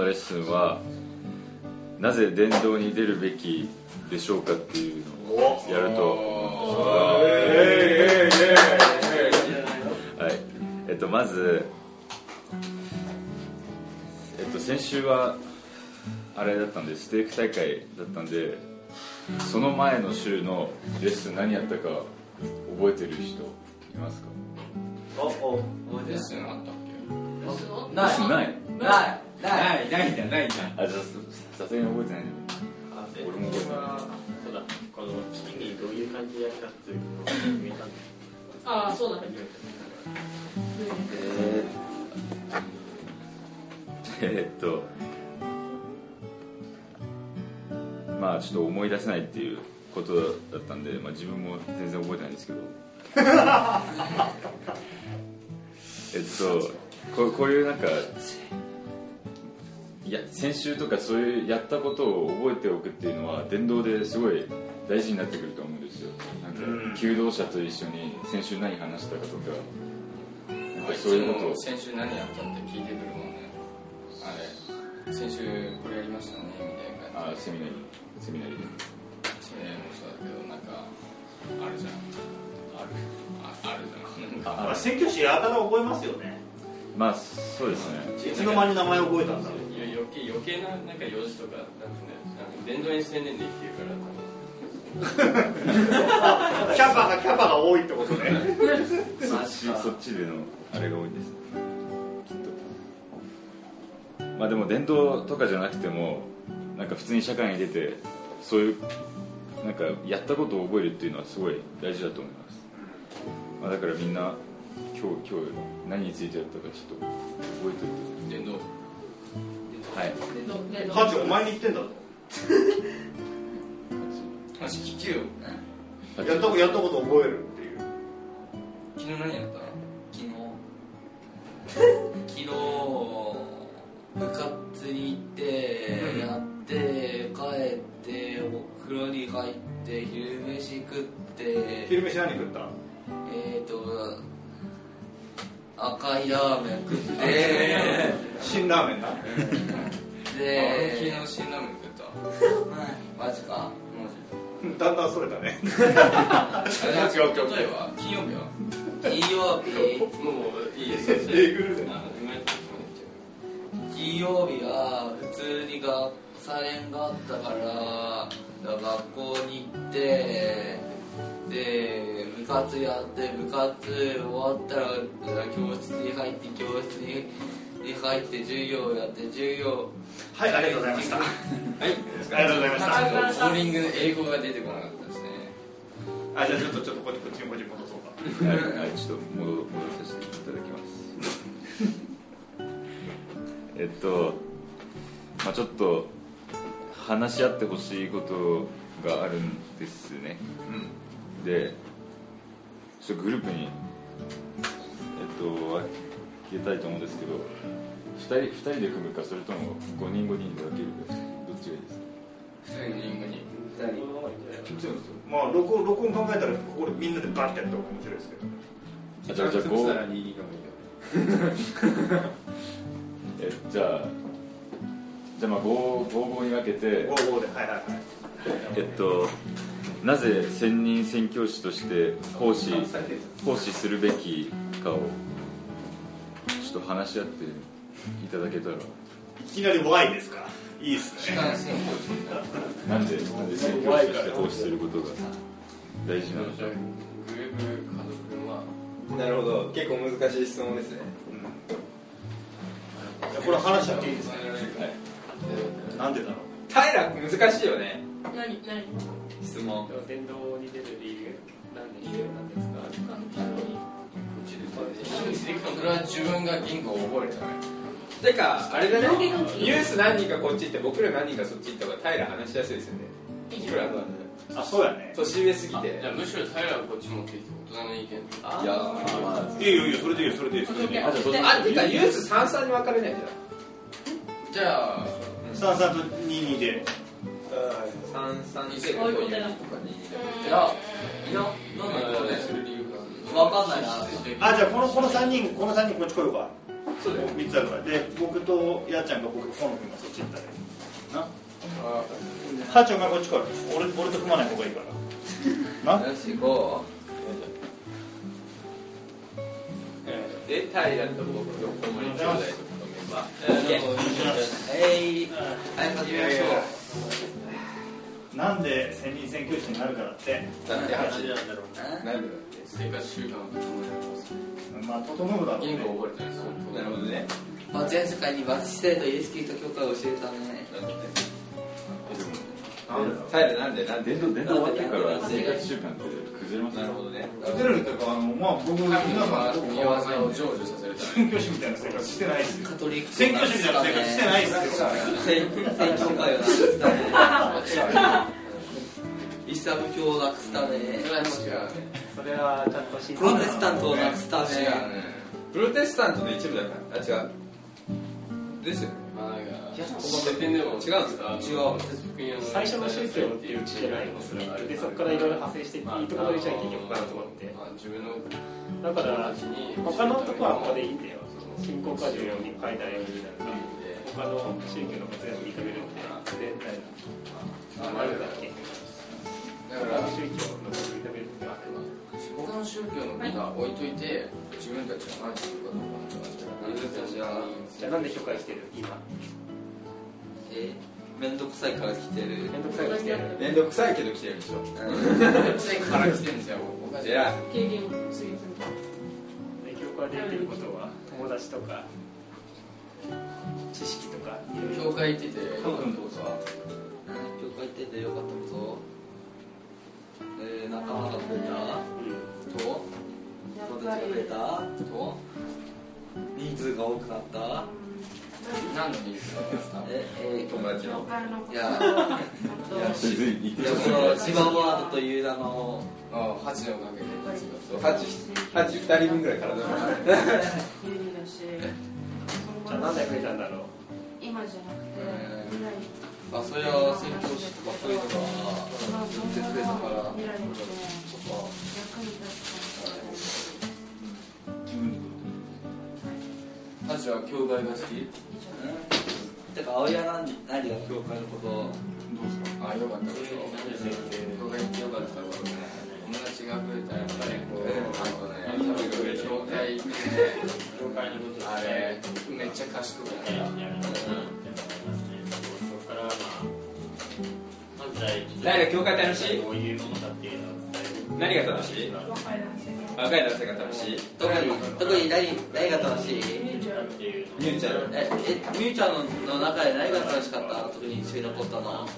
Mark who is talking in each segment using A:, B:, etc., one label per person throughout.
A: レッスンはなぜ伝道に出るべきでしょうかっていうのをやるとはい、まず、先週はあれだったんでステーク大会だったんで、その前の週のレッスン何やったか覚えてる人いますか？
B: レッスンあったっけ？
A: ない
B: ないんだ。
A: あ、じゃあさすがに覚えてないね。俺も覚えてない。
C: そうだ、この月にどういう感じでやるかっていうのを決めたんです。
D: ああ、そうだね。
A: まあちょっと思い出せないっていうことだったんで、まあ、自分も全然覚えてないんですけどこういうなんかいや先週とかそういうやったことを覚えておくっていうのは伝道ですごい大事になってくると思うんですよ。なんか求道者と一緒に先週何話したかとか、なんかそういうことを
B: 先週何やったって聞いてくるもんね。あれ先週これやりましたねみたいな感じ。
A: セミナリー
B: もそうだけど、なんかあるじゃん。あるじゃん。
C: 宣教師やたら覚えますよね。
A: まあそうですね。
C: いつの間に名前覚えたんだろう。
B: 余計ななんか用事とかなんかね、伝道に専念できてるから
C: キャパが多いってことね。
A: そっちでのあれが多いですきっと。まあでも伝道とかじゃなくてもなんか普通に社会に出てそういうなんかやったことを覚えるっていうのはすごい大事だと思います。まあ、だからみんな今日何についてやったかちょっと覚えておいて。
B: 伝道。
A: はい。
C: ハチお前に言ってんだぞ。
B: 話聞けよ。
C: やったこと覚えるっていう。
B: 昨日何やった？
E: 昨日部活に行ってやって帰ってお風呂に入って昼飯食って
C: 昼飯何食った？
E: 赤いラーメン食って
C: 辛ラーメンだ。
B: で昨日辛ラーメン食った。
E: マジか。
C: だんだんそれたね。
B: 例えば金曜日は
E: も
B: ういいですよ。
E: 金曜日は普通にサレンがあったから学校に行ってで部活やって部活終わったら教室に入って授業やって授業。
C: はい、ありがとうございました。はい、ありがとうございました。
B: コーリングの英語が出てこなかったですね。
C: じゃあちょっとこっちに戻そうか。
A: はい、ちょっと戻させていただきます。まあちょっと話し合ってほしいことがあるんですね。で、ちょっとグループに分けたいと思うんですけど、2人で組むかそれとも5人で分けるかどっちがいいですか？
B: 2人に
C: まあ録音考えたらここでみんなでバッてやった方が面白いですけど。
A: じゃあじゃあまあ5に分けて
C: 5で
A: なぜ専任宣教師として奉仕するべきかをちょっと話し合っていただけたら。い
C: きなりYですか？いいですね。
A: なんで宣教師として奉仕することが大事なのか。
B: グループ家族は
F: なるほど、結構難しい質問ですね。
C: これ話し合っていいですか？なんでだろう。
F: 平難しいよね。
D: 何
F: 質問。
C: 伝道に出る理由なんですか？
B: それは自分が言語を覚えるため。
F: てかあれだね、ニュース何人かこっち行って僕ら何人かそっち行った方が平話しやすいですよね。僕らは
C: あ、そうやね。
F: 年上すぎて。
B: じゃあむしろ平はこっち持ってきて大人の意見。
A: いやまあ
C: いいよそれでいいよ。
F: てかニュース3に分かれない
B: じゃあ
C: 3と2で。
F: 3で
E: そういうことや。いや
B: なんでする理由が
E: 分かんないな。
C: じゃあこの3人こっち来ようか。
F: そうだよ。
D: 3つあるからで僕とやっちゃんが僕と河野君がそっち行ったらなハチョンがこっち来る俺と組まない方がいいからな
E: よし行こ
F: で、平と僕と小森兄弟とメンバー。
E: うはい始めましょ
D: なんで専任宣教師になるからって
F: だって8
C: なんでなんだろう。
F: なんでだって。
B: 生活習慣を整えます。
D: まあ整うだろうね
B: 言語を覚えてないです。
F: なるほどね。
E: う全世界にバチステとイエス・キリスト教会を教えるため
F: 平なんで
A: 伝道終わってから生活習慣って崩れます。
F: なるほどね。
D: 出るというかまあ僕皆さん
B: 見業を成就させるため
D: 宣教師みたいな生活してないですよ
E: カトリック
D: 宣教師みたいな生活してないですよ
E: 宣教会をなくすためイスラム教をなくすため
B: それは違うね。
C: それはちゃんと信
E: プロテスタントをなくすため
B: 違うね。
F: プロテスタントの一部だから。あ、違う。ですよね。
B: まあなんかここ別点でも
F: 違うんですか。
E: 違う
C: 最初の宗教っていう知じゃないのそれはでそこからいろいろ派生していいところにじゃあ結局かなと思って
B: 自分の
C: だから他のとこは他でいいんだよ信仰過剰に書いたようになんか他の宗教のことを認めるって全体のあるだけ
B: だから
C: 他の宗教のことを認めるってわけは
B: 他の宗教のことは置いといて自分たちは何するかどうか自分たちは
C: じゃあなんで許可してる今
E: めんどくさいから来てる
C: めんどくさいがしてる
F: めんどくさいけど来てるんでしょ。
B: から来てるんですよ。僕たち
F: じゃあ、
G: 経験をすぎす
C: で教会できることは友達とか知識とかいろいろ
B: 教会行ってて
D: 河野君ってことは
E: 教会行っててよかったこと仲間が増えたと友達が増えたと人数が多くなった
B: 何のニーズですか。
F: 友達の。
E: いやこの千葉ワードという名の
B: ああ、8のおかげで
F: 8、2人分ぐらい体が。
C: じゃあ何台増えたんだろう
G: 今じゃなくて未来
E: あそれは宣教師とかそういうのが全然増えたから
G: 未来に
E: とか
G: 役に立
B: 8は教会が好き。
E: てか青柳何が教会のこと
B: ああ、よかったこと。教会行ってよかったことね。友達が増えたらやっぱりこう、教会行って
C: 教会のこと
B: あれめっちゃ賢くなった。
C: そこからまず第一
F: 誰教会楽しい？
C: こういうものだっていうのを
F: 何が楽しい？若い男性が楽しい？
E: 特に何が楽しい
F: みゆちゃん。
E: みゆちゃんの中で何が楽しかった特に印象に残ったの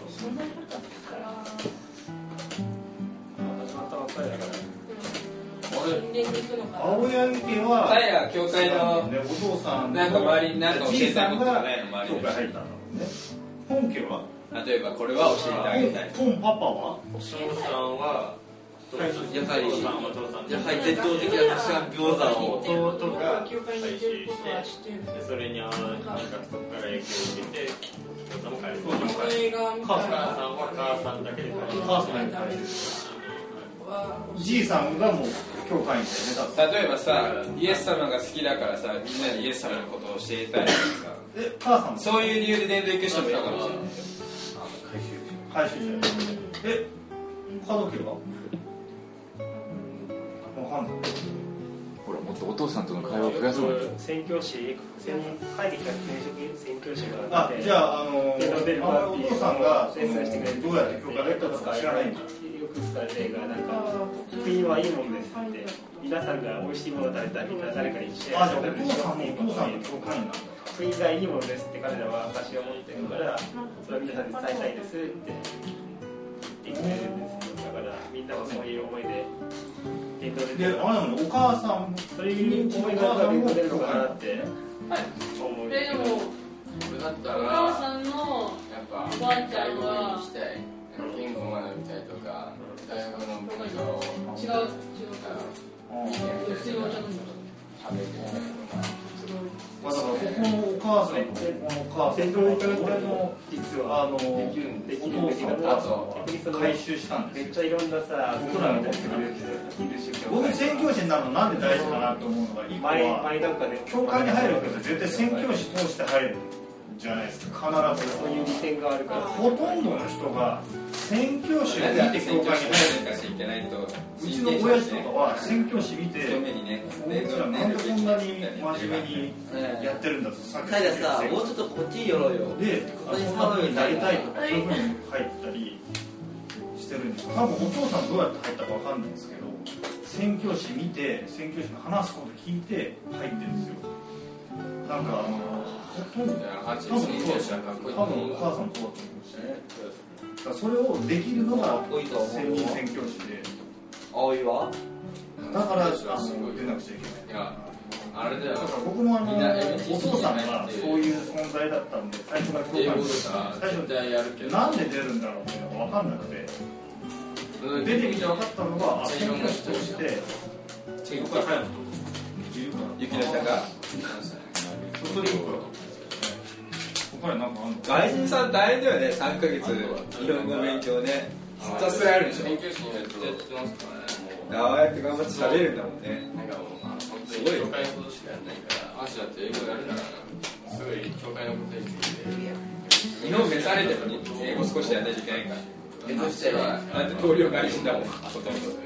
D: 青柳家は
F: 平教会の
D: ねお父さん
F: なんか周りになんか教えたいことがないの周り
D: 教会入ったんだもんね本家は
F: 例えばこれは教えてあげたい。
D: ポンパパは
C: お父さんは
E: やはり伝統的な柏餃子を
C: 弟が教会に行ってることは知ってるそれになんかそこから影響を受けて餃子も変える母さんは母さんだけで
D: 母さんに対してじいさんがもう教会員だよね
F: 例えばさイエス様が好きだからさみんなにイエス様のことを教えたいとかさ
D: 母さんも
F: そういう理由で伝道行く人もいるかもしれない。
D: 回収者門家はわかんない
A: ほらもっとお父さんとの会話を増やそうよ。
C: 宣教師帰ってきた転職宣教師が
D: あじゃあ
C: お
D: 父さんが
C: 宣伝してくれる
D: どうやって教会入ったのか知らないんだ
C: よく使われる映画なんか福音はいいものですって皆さんが美味しいものを食べたらみんな誰かにシェア
D: あじゃあ
C: して
D: お父さんの教会員なんだ
C: 福音がいいものですって彼らは証を持ってるからそれは皆さんに伝えたいですって言ってくれるんですよだからみんなもそういう思いで伝統で
D: であれなのお母さん
C: そういう思いが伝統でるのかなって思う
G: でも
B: 俺だった
G: お
B: ら
G: 母さんの
B: やっぱ
G: おばあちゃんは
B: 外国に行きたい。言語を学びたいとか大学の文化を
G: 違う
B: 見てみたいとか食べてみたいとか
D: だからここのお母さんとここのお母さんと俺の
C: 実は
D: お父さんお母さんは回収したんですよ。
C: めっちゃいろんなさ、
D: 僕らみたいな僕宣教師になるのなんで大事かなと思うのが一個は
C: 前なんかね、
D: 教会に入るけど絶対宣教師通して入るじゃないですか。必ず
C: そういう利点があるから。
D: ほとんどの人が宣教師を見て教会に入るんですよ。
F: いけないと。
D: うちの親父とかは宣教師見て、
F: 正面にね、
D: こいつらなんでこんなに真面目にやってるんだとさっき
E: タイラさ、もうちょっとこっちに寄ろうよ。
D: で、そんな風になりたいとかそういう風に入ったりしてるんですよ。多分お父さんどうやって入ったかわかんないんですけど、宣教師見て宣教師の話すこと聞いて入ってるんですよ。なんかほとんど多分そうですよ。多分お母さんそうだと思うし、だからそれをできるのが専任宣教師で、
E: 葵は
D: だから出なくちゃいけない。
B: いやあれだよ。
D: だから僕もお父さんがそういう存在だったんで、最初から教
B: 英語で
D: 会に
B: さ
D: 最初
B: 絶対やるけど。
D: なんで出るんだろうっていうのが分かんなくて、出てみて分かったのが宣教師として僕が入るといるから。
F: 雪乃さんが
D: それいいから他に何かあんの？
F: 外人さん大変だよね。3ヶ月日本語勉強ね。ひたすらやるでしょ。
B: 勉強しにやってますからね。
F: ああやって頑張って喋るんだもんね。
B: なんかもう本当に教会のことしかやんないから、アーシャって英語やるならすごい教会のことについて。
F: 日本召されても英語少しやんないといけないから。
E: どうして
F: だって棟梁外人だもん、ほとんど。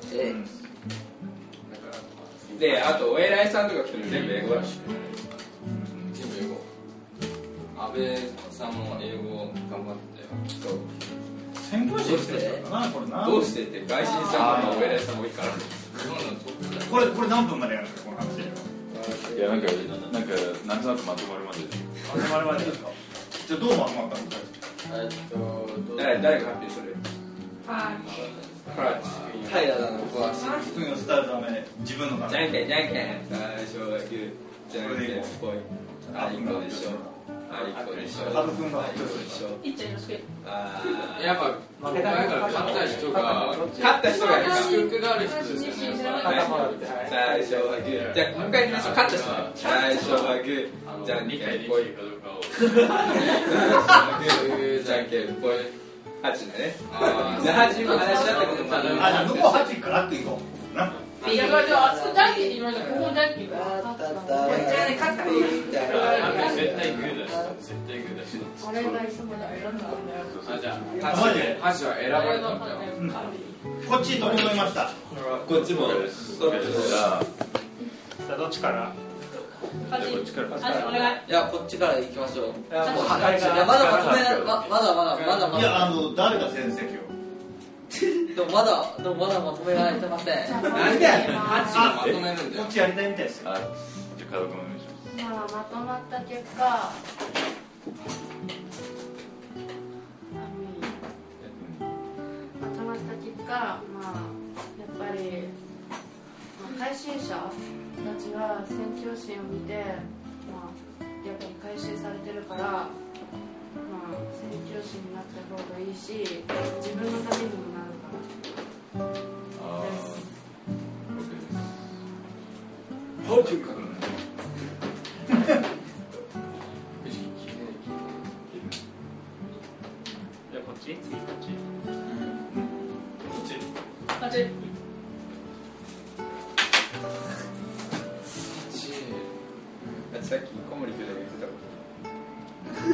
F: で、あとお偉いさんとか来ても全部英語だし。
B: 全部英語。安倍さんも英語頑張ってたよ。
F: そう。
D: 宣教師してる人だなこれな。
F: どうしてって外人さんもお偉いさんも多いから。
B: 日本のトップだよ。
D: これ何分までやるんですかこの話？
A: いやなんかなんとなくまとまるまで
D: 我々ですか？じゃあどうまとまったんですか？
F: 誰が発表する？
E: タイラだの子は
D: 自分のスタイルのため自分のため。
F: じゃんけんじゃんけん。最初はグー、じゃんけんぽい。ありこでしょ。ありこでしょ。
D: カズ君が
F: ありこでしょ。
G: いっちゃんよろしく。
B: やっぱ前から勝った人が
F: 勝った人がいるか。
B: 祝福がある人ですよね。
F: 最初はグー。じゃあもう一回言いましょう。勝った人。最初はグー、じゃんけんぽい。じゃんけんぽい。8だね。8も話し合ったこともある。
D: じゃあ向こう8からっていこうな。
G: いや、じゃあ、あそこだけ、今じゃここだけが。
B: 絶対グーだし。絶対グーだし。
G: 俺がいつもだよ。
B: あ、じゃあ箸は選ばれたんだよ。
D: こっち整いました。
F: こっちも。
C: さあどっちから？
G: こっちから。お願い。
E: いやこっちから行きましょう。
C: いやもう
E: いやまだまとめまだ
D: いや誰が先生今日。
E: でもまだまとめられてません。
F: なんでやねん。
B: 箸がまとめるんだよ。
D: こっちやりたいみたいですよ。
A: じゃあ家族もお願いします。
G: まあ、まとまった結果、まとまった結果、まあ、やっぱり、改心者たちが宣教師を見て、まあ、やっぱり改心されてるから、まあ、宣教師になった方がいいし、自分のためにもなるからです。
A: 僕です。
C: じゃあこっち？次こっち。
G: あっち。
F: さっき小森君が言ってたこと。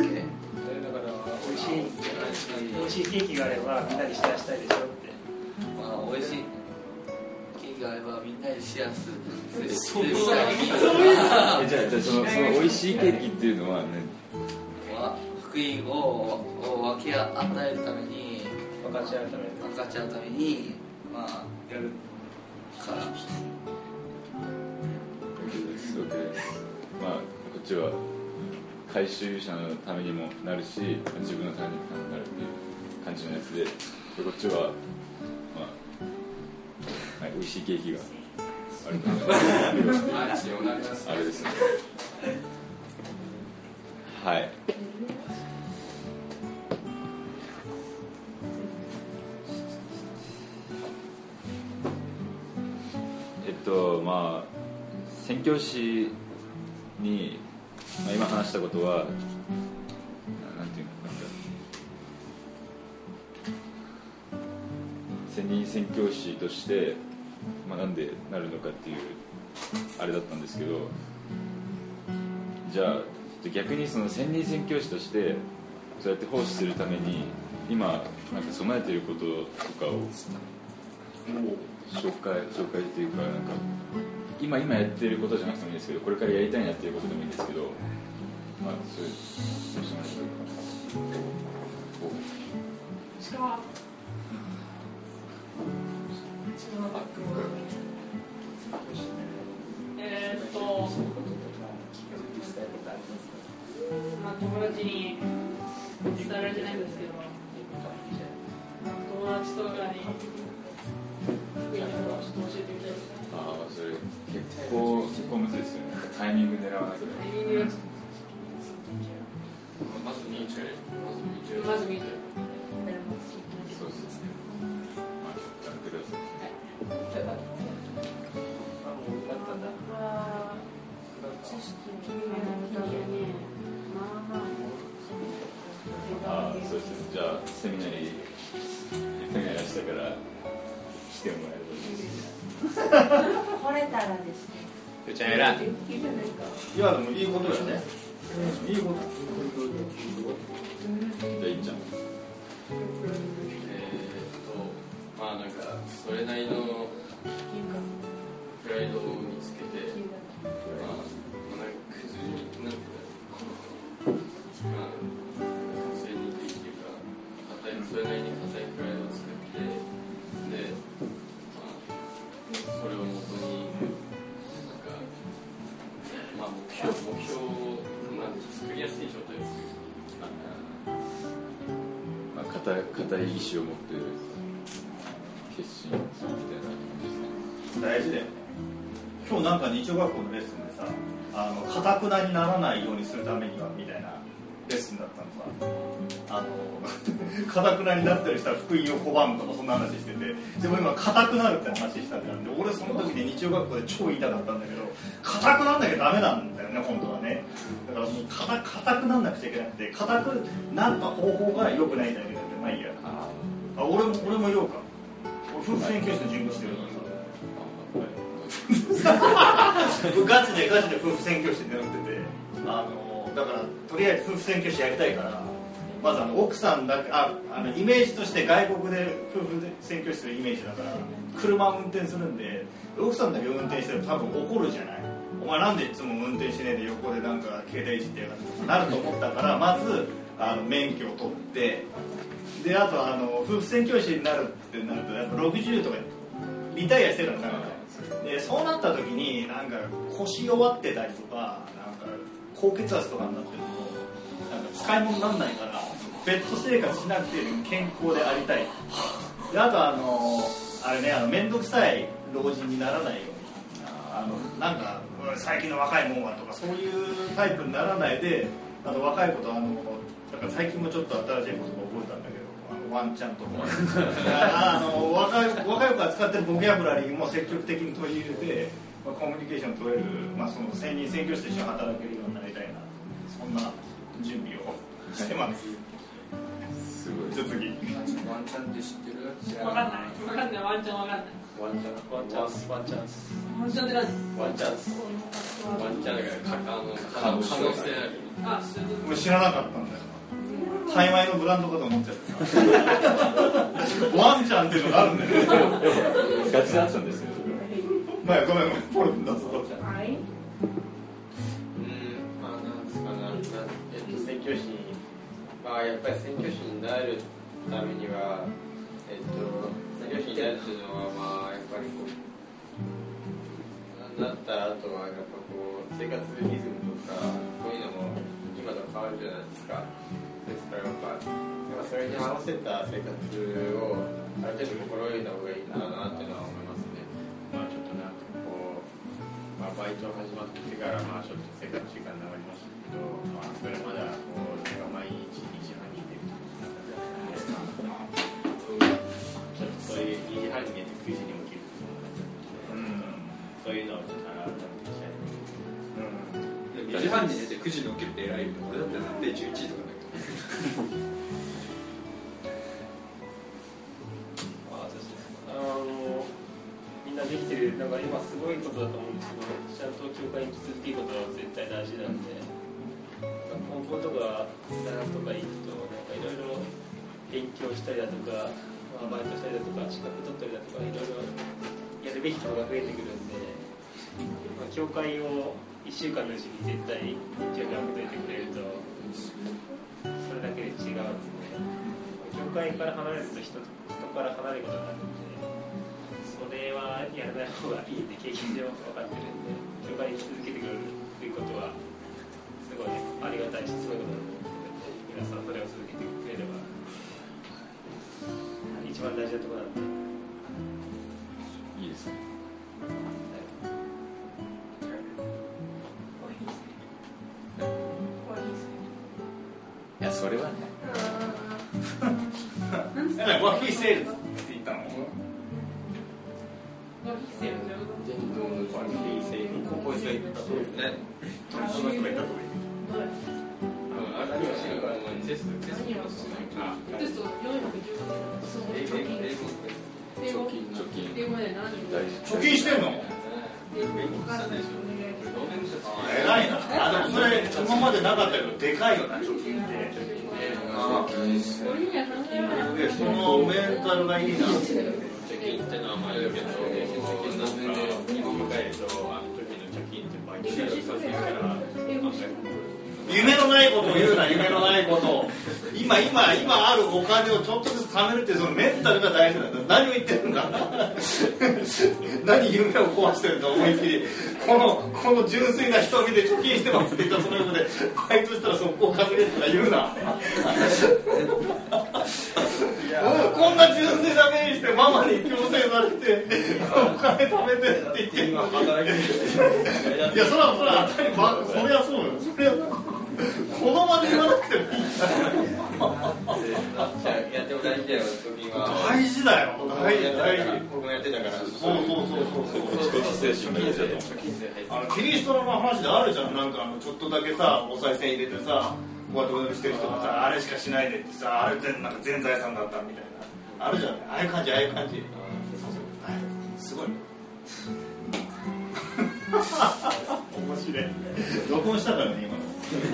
C: だから美味しいケーキがあればみんなにシェアしたいでしょって。
E: まあ美味しいケーキがあればみんなにシェアする。
G: そういう
A: じゃあその美味しいケーキっていうのはね。
E: 福音を分け与えるために
C: 分かち合うために
E: まあ
C: やる
E: から。
A: すごくまあこっちは回収者のためにもなるし自分のためにもなるっていう感じのやつで、こっちはまあ、はい、美味しいケーキがあるからあれですね。はい。まあ宣教師に話したことはなんていうの、専任宣教師として学んでなるのかっていうあれだったんですけど、じゃあ逆にその専任宣教師としてそうやって奉仕するために今なんか備えていることとかを紹介っていうか、なんか今やってることじゃなくてもいいですけど、これからやりたいなっていうことでもいいんですけど、まあそういうそうしましょうか。
H: まあ友達に伝えられてないんですけど、友達とかに福音のことをちょっと教えてみたいです。
A: ああ、それ結構むずいですよね。タイミング狙わなきゃ。
B: まず見ちゃう。
A: そうですね。まあやってください。
G: 知識を学ぶために
A: ああ、そうですね。じゃあセミナリー明日から来てもらえると
G: 来れたらですね。
F: ふーちゃん偉い。
D: いやでもいいことだよね。いいこと。
A: じゃあいっちゃん。
B: まあなんかそれなりのプライドを見つけて、まあなんかクズになってまあ普通にできるかそれなりに硬いプライドを作ってで、まあそれをもとになんかまあ目標なんで作りやすい状態を作る。
A: まあ硬い意志を持っている決心みたいな感じですね。
D: 大事だよね。今日なんか日曜学校のレッスンでさ、堅くなにならないようにするためにはみたいなレッスンだったのさ、堅くなになったりしたら福音を拒むとかそんな話してて、でも今堅くなるって話したんだよ。で俺その時で日曜学校で超言いたかったんだけど、堅くなんなきゃダメなんだよね本当はね。だからもう堅くなんなくちゃいけなくて、堅くなった方法が良くないんだけど、まあいいや。俺も言おうか。夫婦宣教師の準備してるからさガチで夫婦宣教師ってなってて、だからとりあえず夫婦宣教師やりたいから、まず奥さんだけイメージとして外国で夫婦宣教師するイメージだから車を運転するんで、奥さんだけ運転してると多分怒るじゃない。お前なんでいつも運転しねえで横でなんか携帯いじってやがってとかなると思ったから、まず免許を取って、であと夫婦宣教師になるってなるとやっぱ60とかリタイアしてるのかな。でそうなった時になんか腰弱ってたりとか、なんか高血圧とかになってるとなんか使い物にならないから、ベッド生活しなくて健康でありたい。であとあれね、面倒くさい老人にならないように、なんか最近の若いもんはとかそういうタイプにならないで、若い子とだから最近もちょっと新しい言葉覚えたんだけど、ワンチャンとか若い子が使ってるボキャブラリーも積極的に取り入れて、コミュニケーション取れる、その専任宣教師と一緒に働けるようになりたいな、そんな準備をしてます。
A: すごい。
D: じゃあ次。
B: ワンチャンって知ってる？
H: わかんない、ワンチャンわかんない。
F: ワンチャンって何？
H: ワンチャンって何？
F: ワンチャンだから可能性ある。
D: 俺知らなかったんだよ。タイ米のブランドかと思っちゃってワンちゃんっていうのがあるんだよね。
A: ガチだったんですよ。
D: ごめんポルだぞ。
F: まあなんですかな、宣教師にやっぱり宣教師になるためには宣教師になるっていうのはやっぱりなった後はやっぱ生活リズムとかこういうのも今と変わるじゃないですか。ですからやっぱそれに合わせた生活をある程度心得た方がいいかなっていうのは思いますね。ちょっとなんかバイト始まってからちょっと生活時間長りましたけど、それまだ毎日2時半に出るとかちょっとそういう2時半に寝て9時に起きるとか、そういうのをちょっと改めてしたい。
I: 2時半に寝て9時に起きるって偉いよ。俺だってなんで11時とかだけど
C: みんなできてる、なんか今すごいことだと思うんですけど、ちゃんと教会に続けることは絶対大事なんで、高校とか大学とか行くと、なんかいろいろ勉強したりだとか、バイトしたりだとか、資格取ったりだとか、いろいろやるべきことが増えてくるんで、教会を1週間のうちに絶対日曜日開けといてくれると、それだけで違うんですね。教会から離れると人から離れることになるんで、それはやらない方がいいって経験上分かってるんで、教会に続けてくれるということはすごいありがたいし、すごいことだと思って皆さんそれを続けてくれれば一番大事なところなんで。
A: いいですね。いや、それはね。
D: ワヒーセールって言ったの？
F: ここに行ったそうですね。その人がいたとこテスト
D: 貯金してんの？偉いな。でもそれ今までなかったけどでかいよな、貯金って。そのメンタルがいいな。
F: 貯金ってのは前だけど、今迎えるとあの時の貯金って倍になるさせるから
D: 夢のないことを言うな、夢のないことを。今あるお金をちょっとずつ貯めるって、そのメンタルが大事なんだ。何を言ってるんだ何夢を壊してるんだ、思いっきり。この純粋な瞳で貯金してますって言ったその横でバイトしたら速攻稼げるとか言うなこんな純粋な目にしてママに強制されてお金貯めてって言って今働いてるいやそれは当たり前、そりゃそうよ。それは子供で言わなくてもいい
F: やっても大事だよ、貯金は。
D: 大事だよ、大事。
F: 僕もやってたから。
D: そうキリストの話であるじゃん。なんかちょっとだけさ、お賽銭入れてさ、こうやってお祈りしてる人がさ、あれしかしないでってさ、あれなんか全財産だったみたいな、あるじゃん。ああいう感じ。すごい面白い。録音したからね、今の。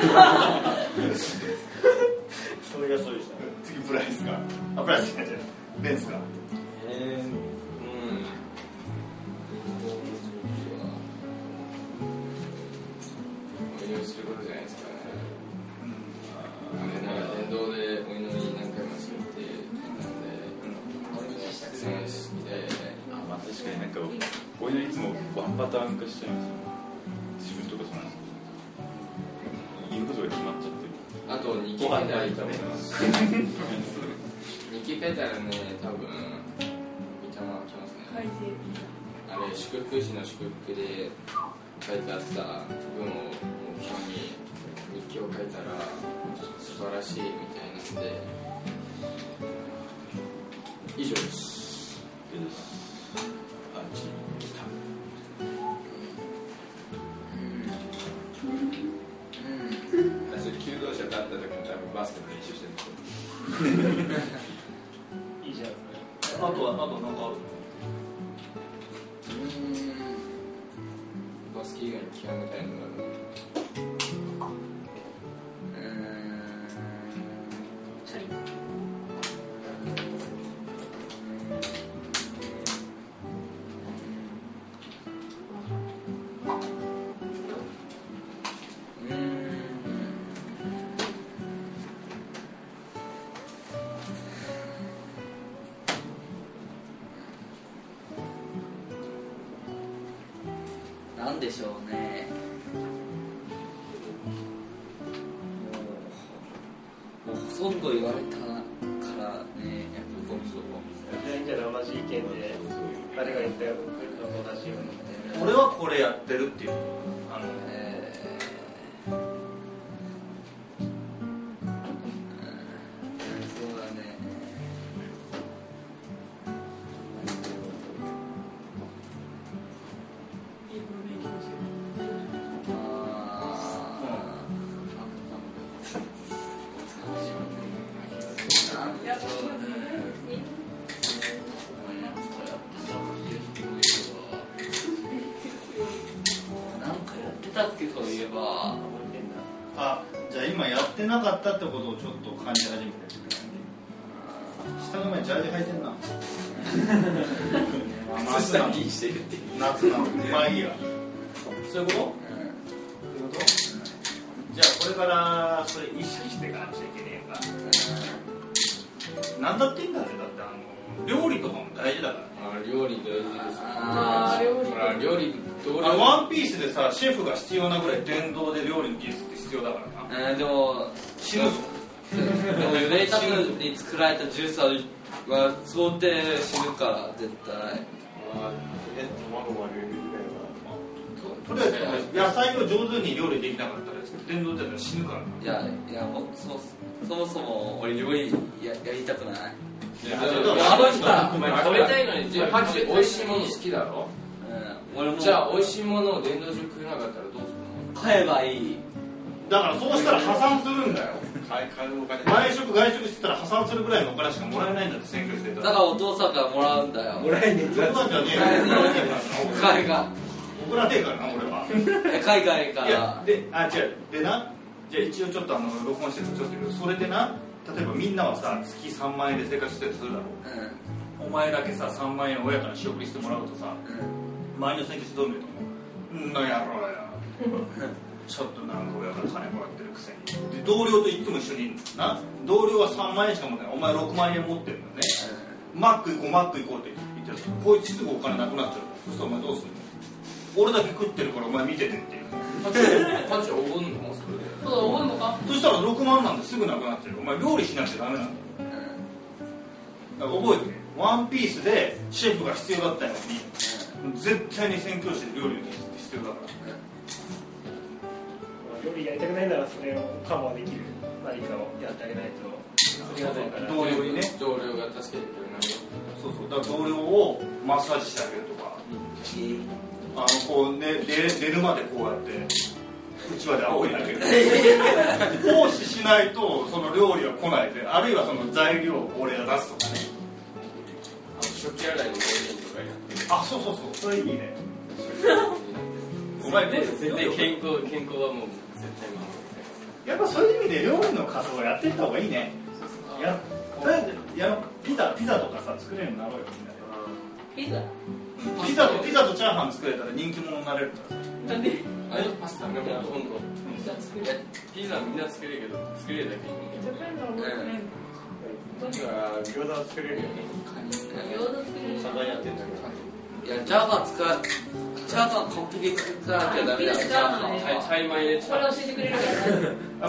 D: それがそうでした。次プライスか。プライスじゃない、ベンスか。
B: お祈りすることじゃないですかね。伝道でお祈り何回もするってなんで、たくさん好きで、
A: まあ確かになんかお祈りいつもワンパターン化しちゃいますよ。自分とかそうなんですけど、言うことが決まっちゃってる。
B: あと2期ペダルと思います2期ペダルね、多分見たまま来ますね。あれ祝福時の祝福で書いてあった文を目標に日記を書いたら素晴らしいみたいなんで、以上です。
F: 求道者だった時も多分バスケの練習してるんですよ。
C: いいじゃん。
D: あとなんかある？
B: バスケ以外に極めたいのがある。
E: なんでしょうね。もうほとんど言われたからね。
C: 全員じゃ生地意見で誰が言ったよのと同じように。
D: 俺はこれやってるっていう。
E: そうだね。 といえば
D: あ、じゃあ今やってなかったってことをちょっと感じ始めてるって感じ。下の前ジャージ履いてんな。
I: 靴下気にしてるっていう。
D: 夏なのにまあいいや。そういうこと？そういうこと？じゃあこれからそれ意識していかなくちゃいけねえか。なんだっていいんだね。だって料理とかも大事だからね。
B: 料理大事ですよ。料理
D: ワンピースでさ、シェフが必要なぐらい電動で料理の技術って必要だからな。
E: でも
D: 死ぬぞ。
E: でも茹でたてに作られたジュースは想定死ぬから絶対。
F: 卵割れる
D: とりあえず野菜を上手に料理できなかったら電動でやったら死ぬからな。
E: いやそもそも俺料理 やりたくない。
B: お前食べたいのにマジで美味しいもの好きだろ。
E: 俺も
B: じゃあ美味しいものを電動で食えなかったらどうするの？
E: 買えばいい。
D: だからそうしたら破産するんだよ。
F: 買うお金
D: 外食してたら破産するぐらいのお金しかもらえないんだって選挙してた
E: だからお父さんからもらうんだよ。
I: もらえねえ。
D: 冗談じゃねえよ。
E: 海外
D: 送らねえからな俺は。
E: 海外か
D: いや
E: ら。
D: で違うでな、じゃあ一応ちょっと録音してるちょっと言うけど、それでな、例えばみんなはさ月3万円で生活してるとするだろう。お前だけさ3万円親から仕送りしてもらうとさ、周りの選挙してどう見ると思う？んなやろうや。ちょっとなんか親から金もらってるくせに。で同僚といつも一緒にいるな。同僚は3万円しか持ってない。お前6万円持ってるのね。マック行こうって言ってる。こいつすぐお金なくなっちゃう。そしたらお前どうするの？俺だけ食ってるからお前見ててっていう。
B: 価値おごんの？それで
G: そう思うのか。
D: そしたら6万なんですぐなくなっちゃう。お前料理しなくちゃダメなんだよ。だから覚えてね。ワンピースでシェフが必要だったように、絶対に宣教師で料理が必要だから。
C: 料理やりたくないならそれをカバーできる何かをやってあげないとありがたいから。
D: 同僚にね。
B: 同僚が助けてくれない。
D: そうそう。だから同僚をマッサージしてあげるとか。こうね、寝るまでこうやってうちわで仰いであげる。奉仕しないとその料理は来ないで、あるいはその材料を俺が出すとかね。
B: 食器洗いの料理とかやってる。
D: あ、そうそれいいね。お前
B: 絶対健康はもう絶対守る。
D: やっぱそういう意味で料理の活動をやっていった方がいいね。とりあえずピザとかさ作れるようになろうよみんなで。ピザとチャーハン作れたら人気者になれるから。
G: なんで？
B: パスタでも今度ピザみんな作れるけど作れるだけに。
F: 餃子は作れるよね。
G: 餃子作れる。
F: やってんだけど。
E: いやチャーハン完璧に作らなきゃダメだよ。
G: チャーハン
B: タイ米で
G: これ教えてくれるから。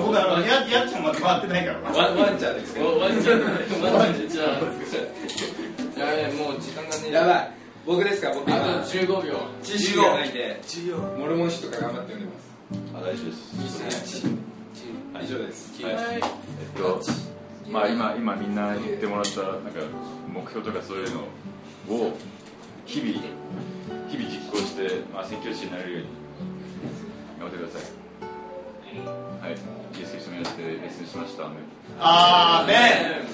D: 僕やっちゃんまだ回ってないから。
I: ワンちゃんですけど。
B: ワンちゃんじゃあやべもう時間がねえ。
I: やばい。僕ですか？僕
B: あと15秒。
I: 知識がないんでモルモン誌とか頑張っております。
A: 大丈夫です。
I: 以上です。
A: まあ今みんな言ってもらったなんか目標とかそういうのを日々実行して、宣教師になれるように頑張ってください。はい、イエス・キリストによってレッスンしました。
D: アーメン。